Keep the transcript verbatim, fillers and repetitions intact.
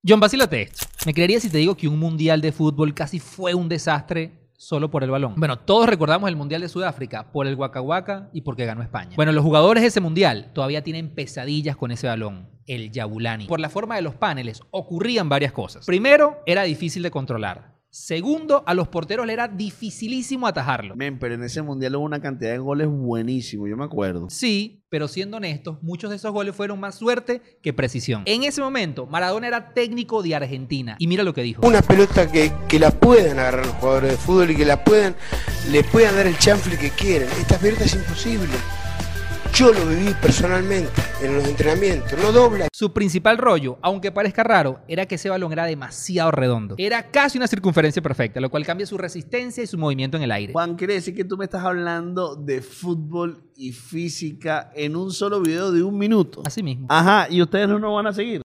John, vacílate esto. ¿Me creerías si te digo que un mundial de fútbol casi fue un desastre solo por el balón? Bueno, todos recordamos el mundial de Sudáfrica por el Waka Waka y porque ganó España. Bueno, los jugadores de ese mundial todavía tienen pesadillas con ese balón, el Yabulani. Por la forma de los paneles ocurrían varias cosas. Primero, era difícil de controlar. Segundo, a los porteros le era dificilísimo atajarlo. Men, pero en ese mundial hubo una cantidad de goles buenísimos, yo me acuerdo. Sí, pero siendo honestos, muchos de esos goles fueron más suerte que precisión. En ese momento, Maradona era técnico de Argentina. Y mira lo que dijo. Una pelota que, que la puedan agarrar los jugadores de fútbol y que la puedan, le puedan dar el chanfle que quieren. Esta pelota es imposible. Yo lo viví personalmente en los entrenamientos, no dobla. Su principal rollo, aunque parezca raro, era que ese balón era demasiado redondo. Era casi una circunferencia perfecta, lo cual cambia su resistencia y su movimiento en el aire. Juan, quiere decir que tú me estás hablando de fútbol y física en un solo video de un minuto. Así mismo. Ajá, y ustedes no nos van a seguir.